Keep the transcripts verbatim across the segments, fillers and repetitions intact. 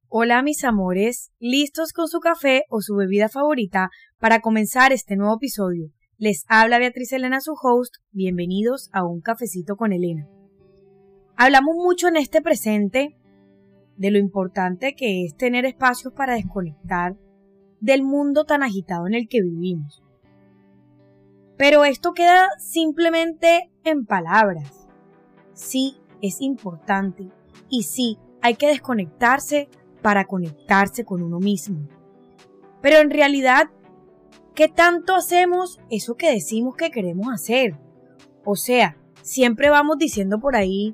Hola mis amores, listos con su café o su bebida favorita para comenzar este nuevo episodio. Les habla Beatriz Elena, su host. Bienvenidos a Un Cafecito con Elena. Hablamos mucho en este presente de lo importante que es tener espacios para desconectar del mundo tan agitado en el que vivimos. Pero esto queda simplemente en palabras. Sí, es importante y sí, hay que desconectarse para conectarse con uno mismo. Pero en realidad, ¿qué tanto hacemos eso que decimos que queremos hacer? O sea, siempre vamos diciendo por ahí,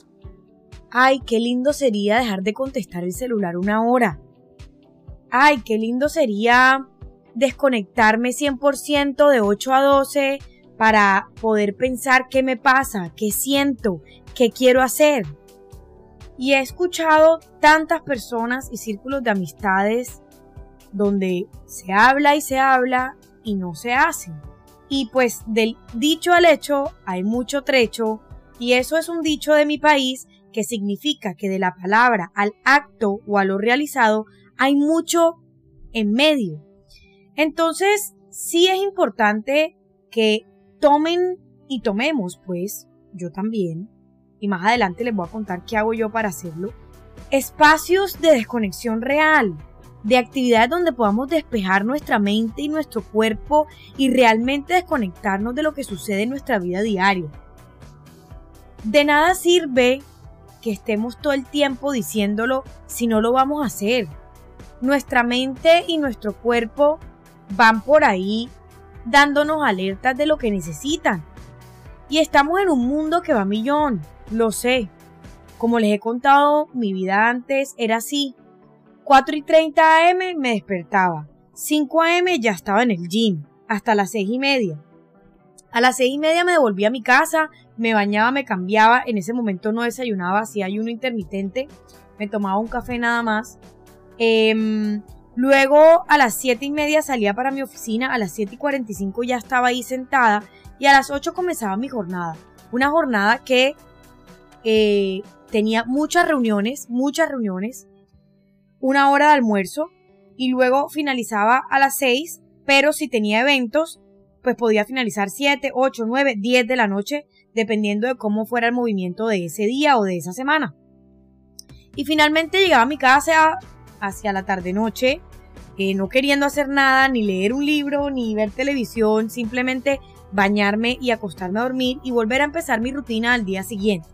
ay, qué lindo sería dejar de contestar el celular una hora. Ay, qué lindo sería desconectarme cien por ciento de ocho a doce para poder pensar qué me pasa, qué siento, qué quiero hacer. Y he escuchado tantas personas y círculos de amistades donde se habla y se habla y no se hace. Y pues del dicho al hecho hay mucho trecho, y eso es un dicho de mi país que significa que de la palabra al acto o a lo realizado hay mucho en medio. Entonces sí es importante que tomen y tomemos, pues yo también, y más adelante les voy a contar qué hago yo para hacerlo, espacios de desconexión real, de actividades donde podamos despejar nuestra mente y nuestro cuerpo y realmente desconectarnos de lo que sucede en nuestra vida diaria. De nada sirve que estemos todo el tiempo diciéndolo si no lo vamos a hacer. Nuestra mente y nuestro cuerpo van por ahí dándonos alertas de lo que necesitan. Y estamos en un mundo que va a millón, lo sé. Como les he contado, mi vida antes era así. cuatro y treinta a eme me despertaba. cinco a eme ya estaba en el gym, hasta las seis y media. A las seis y media me devolvía a mi casa, me bañaba, me cambiaba. En ese momento no desayunaba, hacía ayuno intermitente. Me tomaba un café nada más. Eh, luego a las siete y media salía para mi oficina. A las siete y cuarenta y cinco ya estaba ahí sentada. Y a las ocho comenzaba mi jornada. Una jornada que eh, tenía muchas reuniones, muchas reuniones. Una hora de almuerzo. Y luego finalizaba a las seis. Pero si tenía eventos, pues podía finalizar siete, ocho, nueve, diez de la noche. Dependiendo de cómo fuera el movimiento de ese día o de esa semana. Y finalmente llegaba a mi casa hacia la tarde-noche. Eh, no queriendo hacer nada, ni leer un libro, ni ver televisión. Simplemente bañarme y acostarme a dormir y volver a empezar mi rutina al día siguiente.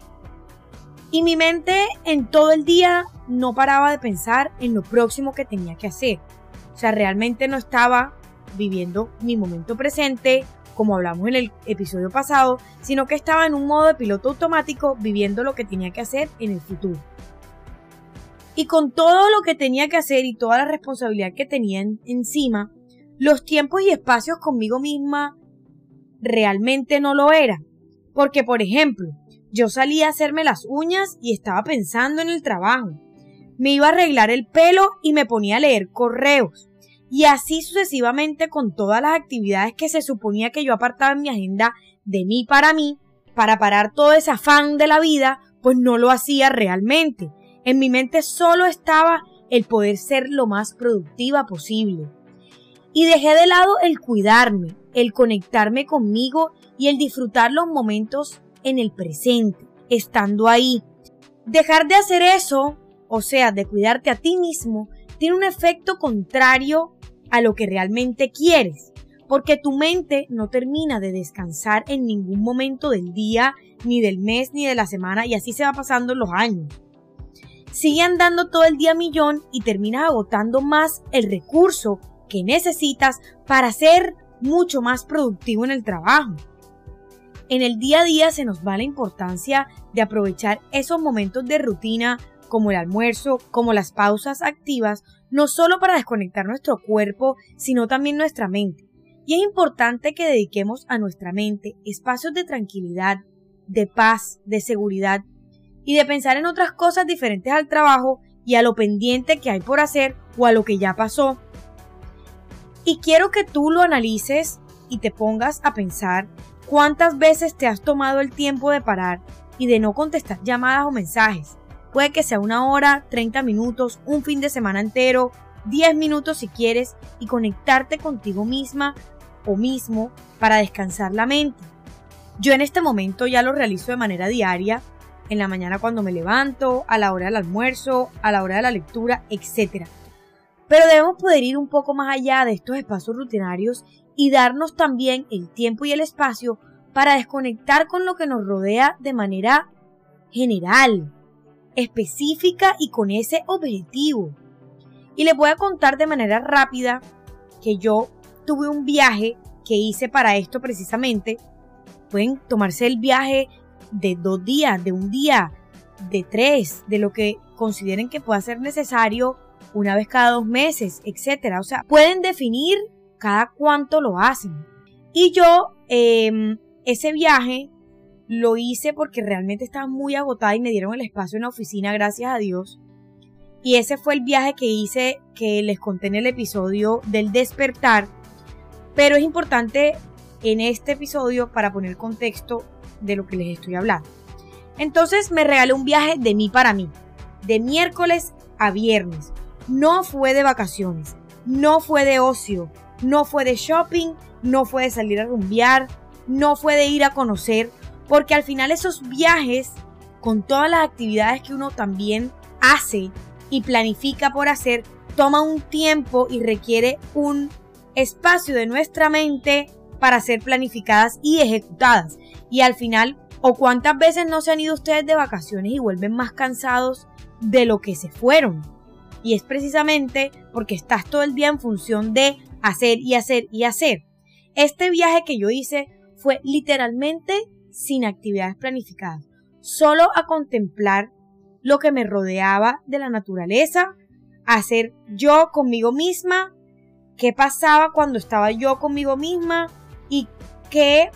Y mi mente en todo el día no paraba de pensar en lo próximo que tenía que hacer. O sea, realmente no estaba viviendo mi momento presente, como hablamos en el episodio pasado, sino que estaba en un modo de piloto automático viviendo lo que tenía que hacer en el futuro. Y con todo lo que tenía que hacer y toda la responsabilidad que tenía en, encima, los tiempos y espacios conmigo misma realmente no lo era. Porque, por ejemplo, yo salía a hacerme las uñas y estaba pensando en el trabajo. Me iba a arreglar el pelo y me ponía a leer correos. Y así sucesivamente con todas las actividades que se suponía que yo apartaba en mi agenda de mí para mí, para parar todo ese afán de la vida, pues no lo hacía realmente. En mi mente solo estaba el poder ser lo más productiva posible. Y dejé de lado el cuidarme, el conectarme conmigo y el disfrutar los momentos en el presente, estando ahí. Dejar de hacer eso, o sea, de cuidarte a ti mismo, tiene un efecto contrario a lo que realmente quieres, porque tu mente no termina de descansar en ningún momento del día, ni del mes, ni de la semana, y así se va pasando los años. Sigue andando todo el día a millón y terminas agotando más el recurso que necesitas para ser mucho más productivo en el trabajo. En el día a día se nos va la importancia de aprovechar esos momentos de rutina como el almuerzo, como las pausas activas, no solo para desconectar nuestro cuerpo, sino también nuestra mente. Y es importante que dediquemos a nuestra mente espacios de tranquilidad, de paz, de seguridad y de pensar en otras cosas diferentes al trabajo y a lo pendiente que hay por hacer o a lo que ya pasó. Y quiero que tú lo analices y te pongas a pensar cuántas veces te has tomado el tiempo de parar y de no contestar llamadas o mensajes. Puede que sea una hora, treinta minutos, un fin de semana entero, diez minutos si quieres, y conectarte contigo misma o mismo para descansar la mente. Yo en este momento ya lo realizo de manera diaria, en la mañana cuando me levanto, a la hora del almuerzo, a la hora de la lectura, etcétera. Pero debemos poder ir un poco más allá de estos espacios rutinarios y darnos también el tiempo y el espacio para desconectar con lo que nos rodea de manera general, específica y con ese objetivo. Y les voy a contar de manera rápida que yo tuve un viaje que hice para esto precisamente. Pueden tomarse el viaje de dos días, de un día, de tres, de lo que consideren que pueda ser necesario una vez cada dos meses, etcétera. O sea, pueden definir cada cuánto lo hacen. Y yo eh, ese viaje lo hice porque realmente estaba muy agotada y me dieron el espacio en la oficina, gracias a Dios. Y ese fue el viaje que hice, que les conté en el episodio del despertar. Pero es importante en este episodio para poner contexto de lo que les estoy hablando. Entonces me regalé un viaje de mí para mí, de miércoles a viernes. No fue de vacaciones, no fue de ocio, no fue de shopping, no fue de salir a rumbear, no fue de ir a conocer, porque al final esos viajes, con todas las actividades que uno también hace y planifica por hacer, toma un tiempo y requiere un espacio de nuestra mente para ser planificadas y ejecutadas. Y al final, o cuántas veces no se han ido ustedes de vacaciones y vuelven más cansados de lo que se fueron. Y es precisamente porque estás todo el día en función de hacer y hacer y hacer. Este viaje que yo hice fue literalmente sin actividades planificadas. Solo a contemplar lo que me rodeaba de la naturaleza, hacer yo conmigo misma, qué pasaba cuando estaba yo conmigo misma y qué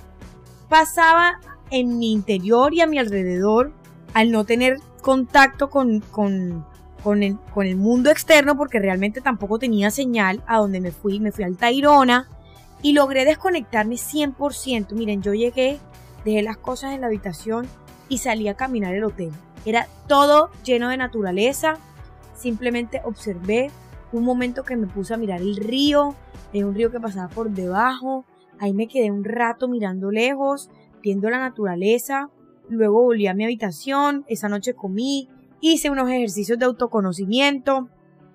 pasaba en mi interior y a mi alrededor al no tener contacto con, con, con, el, con el mundo externo, porque realmente tampoco tenía señal a donde me fui. Me fui al Tayrona y logré desconectarme cien por ciento. Miren, yo llegué, dejé las cosas en la habitación y salí a caminar el hotel. Era todo lleno de naturaleza. Simplemente observé un momento que me puse a mirar el río, de un río que pasaba por debajo. Ahí me quedé un rato mirando lejos, viendo la naturaleza. Luego volví a mi habitación, esa noche comí, hice unos ejercicios de autoconocimiento,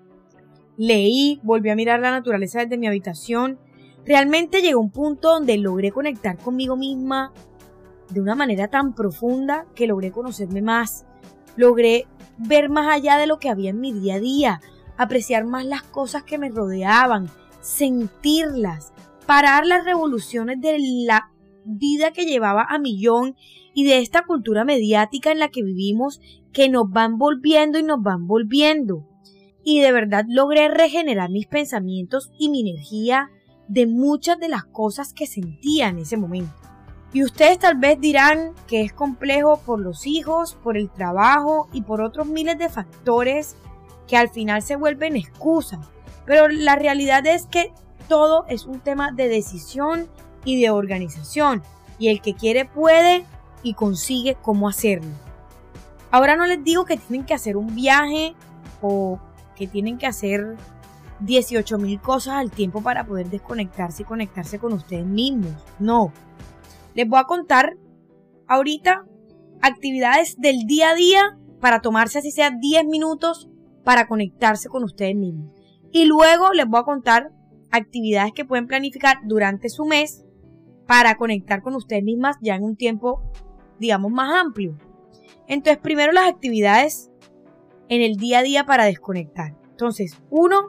leí, volví a mirar la naturaleza desde mi habitación. Realmente llegó un punto donde logré conectar conmigo misma de una manera tan profunda que logré conocerme más. Logré ver más allá de lo que había en mi día a día, apreciar más las cosas que me rodeaban, sentirlas, parar las revoluciones de la vida que llevaba a millón y de esta cultura mediática en la que vivimos, que nos va envolviendo y nos va envolviendo. Y de verdad logré regenerar mis pensamientos y mi energía de muchas de las cosas que sentía en ese momento. Y ustedes tal vez dirán que es complejo por los hijos, por el trabajo y por otros miles de factores que al final se vuelven excusas. Pero la realidad es que todo es un tema de decisión y de organización. Y el que quiere puede y consigue cómo hacerlo. Ahora no les digo que tienen que hacer un viaje o que tienen que hacer dieciocho mil cosas al tiempo para poder desconectarse y conectarse con ustedes mismos. No. Les voy a contar ahorita actividades del día a día para tomarse así sea diez minutos para conectarse con ustedes mismos. Y luego les voy a contar actividades que pueden planificar durante su mes para conectar con ustedes mismas ya en un tiempo, digamos, más amplio. Entonces, primero las actividades en el día a día para desconectar. Entonces, uno,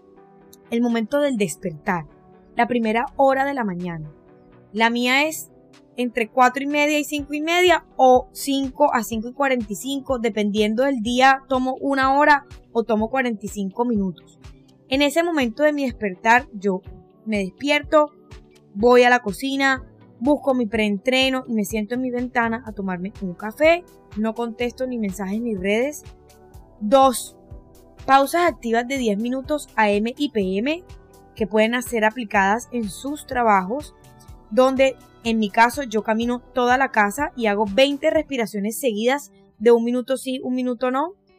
el momento del despertar, la primera hora de la mañana. La mía es entre cuatro y media y cinco y media o cinco a cinco y cuarenta y cinco, dependiendo del día, tomo una hora o tomo cuarenta y cinco minutos. En ese momento de mi despertar, yo me despierto, voy a la cocina, busco mi preentreno y me siento en mi ventana a tomarme un café. No contesto ni mensajes ni redes. Dos, pausas activas de diez minutos A M y P M que pueden ser aplicadas en sus trabajos, donde en mi caso yo camino toda la casa y hago veinte respiraciones seguidas de un minuto sí, un minuto no,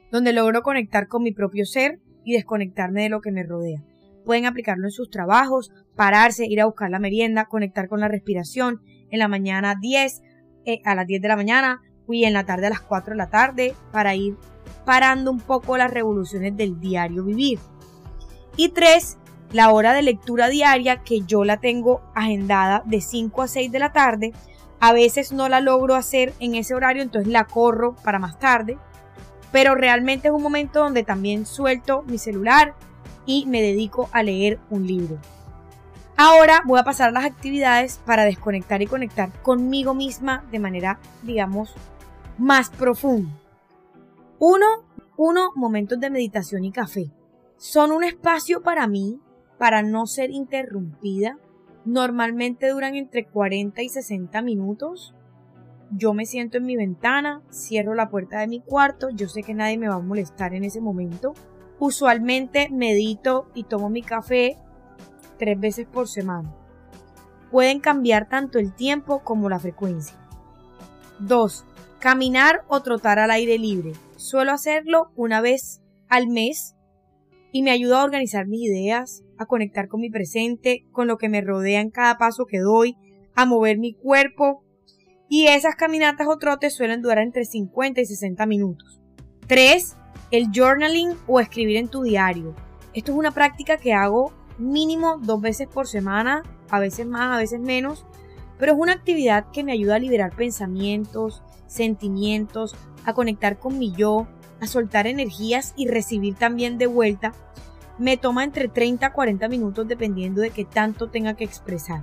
donde logro conectar con mi propio ser y desconectarme de lo que me rodea. Pueden aplicarlo en sus trabajos, pararse, ir a buscar la merienda, conectar con la respiración, en la mañana diez, eh, a las diez de la mañana y en la tarde a las cuatro de la tarde para ir parando un poco las revoluciones del diario vivir. Y tres, la hora de lectura diaria que yo la tengo agendada de cinco a seis de la tarde. A veces no la logro hacer en ese horario, entonces la corro para más tarde. Pero realmente es un momento donde también suelto mi celular y me dedico a leer un libro. Ahora voy a pasar a las actividades para desconectar y conectar conmigo misma de manera, digamos, más profunda. Uno, uno, momentos de meditación y café. Son un espacio para mí, para no ser interrumpida. Normalmente duran entre cuarenta y sesenta minutos. Yo me siento en mi ventana, cierro la puerta de mi cuarto, yo sé que nadie me va a molestar en ese momento. Usualmente medito y tomo mi café tres veces por semana. Pueden cambiar tanto el tiempo como la frecuencia. Dos. Caminar o trotar al aire libre. Suelo hacerlo una vez al mes y me ayuda a organizar mis ideas, a conectar con mi presente, con lo que me rodea en cada paso que doy, a mover mi cuerpo. Y esas caminatas o trotes suelen durar entre cincuenta y sesenta minutos. tres. El journaling o escribir en tu diario. Esto es una práctica que hago mínimo dos veces por semana, a veces más, a veces menos, pero es una actividad que me ayuda a liberar pensamientos, sentimientos, a conectar con mi yo, a soltar energías y recibir también de vuelta. Me toma entre treinta a cuarenta minutos dependiendo de qué tanto tenga que expresar.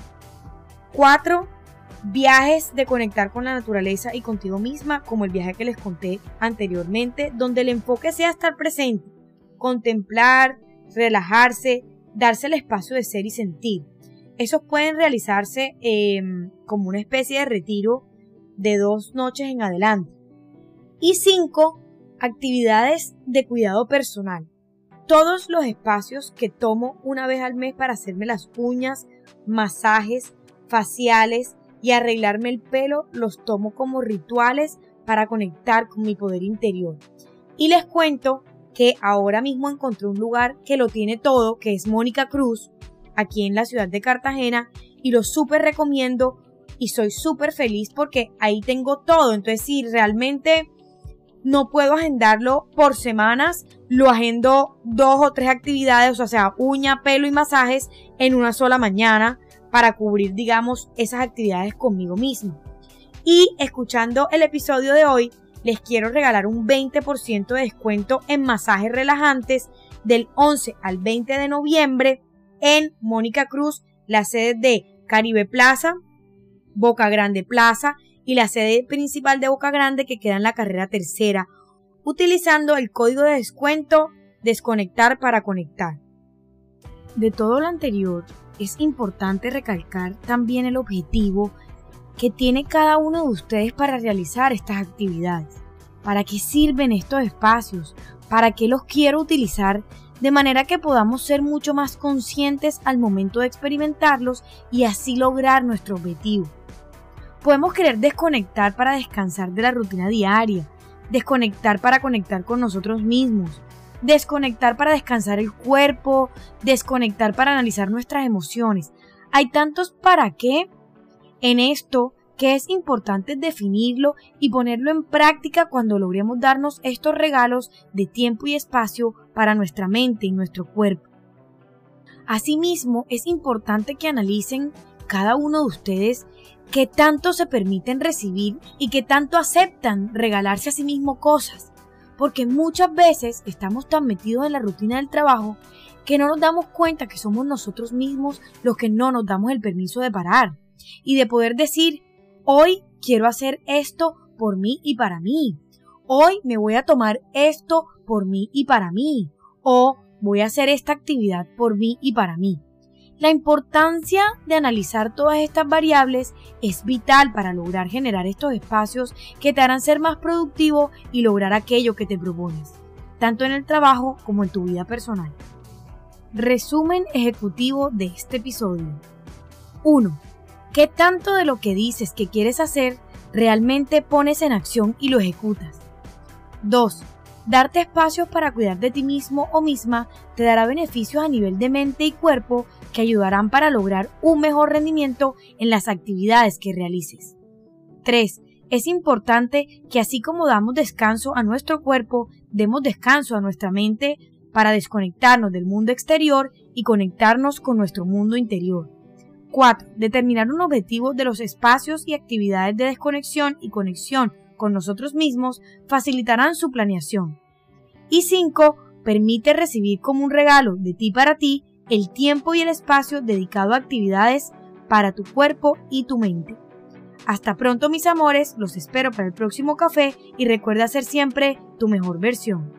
cuatro. Viajes de conectar con la naturaleza y contigo misma, como el viaje que les conté anteriormente, donde el enfoque sea estar presente, contemplar, relajarse, darse el espacio de ser y sentir. Esos pueden realizarse eh, como una especie de retiro de dos noches en adelante. Y cinco, actividades de cuidado personal. Todos los espacios que tomo una vez al mes para hacerme las uñas, masajes, faciales y arreglarme el pelo, los tomo como rituales para conectar con mi poder interior. Y les cuento que ahora mismo encontré un lugar que lo tiene todo, que es Mónica Cruz, aquí en la ciudad de Cartagena, y lo súper recomiendo y soy súper feliz porque ahí tengo todo. Entonces, si realmente no puedo agendarlo por semanas, lo agendo dos o tres actividades, o sea, uña, pelo y masajes en una sola mañana para cubrir, digamos, esas actividades conmigo mismo. Y escuchando el episodio de hoy, les quiero regalar un veinte por ciento de descuento en masajes relajantes del once al veinte de noviembre en Mónica Cruz, la sede de Caribe Plaza, Boca Grande Plaza y la sede principal de Boca Grande que queda en la carrera tercera, utilizando el código de descuento Desconectar para Conectar. De todo lo anterior, es importante recalcar también el objetivo que tiene cada uno de ustedes para realizar estas actividades. ¿Para qué sirven estos espacios? ¿Para qué los quiero utilizar? De manera que podamos ser mucho más conscientes al momento de experimentarlos y así lograr nuestro objetivo. Podemos querer desconectar para descansar de la rutina diaria, desconectar para conectar con nosotros mismos, desconectar para descansar el cuerpo, desconectar para analizar nuestras emociones. Hay tantos para qué en esto que es importante definirlo y ponerlo en práctica cuando logremos darnos estos regalos de tiempo y espacio para nuestra mente y nuestro cuerpo. Asimismo, es importante que analicen cada uno de ustedes qué tanto se permiten recibir y qué tanto aceptan regalarse a sí mismo cosas. Porque muchas veces estamos tan metidos en la rutina del trabajo que no nos damos cuenta que somos nosotros mismos los que no nos damos el permiso de parar y de poder decir, hoy quiero hacer esto por mí y para mí. Hoy me voy a tomar esto por mí y para mí. O voy a hacer esta actividad por mí y para mí. La importancia de analizar todas estas variables es vital para lograr generar estos espacios que te harán ser más productivo y lograr aquello que te propones, tanto en el trabajo como en tu vida personal. Resumen ejecutivo de este episodio. uno. ¿Qué tanto de lo que dices que quieres hacer realmente pones en acción y lo ejecutas? dos. Darte espacios para cuidar de ti mismo o misma te dará beneficios a nivel de mente y cuerpo que ayudarán para lograr un mejor rendimiento en las actividades que realices. tres. Es importante que así como damos descanso a nuestro cuerpo, demos descanso a nuestra mente para desconectarnos del mundo exterior y conectarnos con nuestro mundo interior. cuatro. Determinar un objetivo de los espacios y actividades de desconexión y conexión con nosotros mismos facilitarán su planeación. Y cinco. Permite recibir como un regalo de ti para ti el tiempo y el espacio dedicado a actividades para tu cuerpo y tu mente. Hasta pronto, mis amores, los espero para el próximo café y recuerda ser siempre tu mejor versión.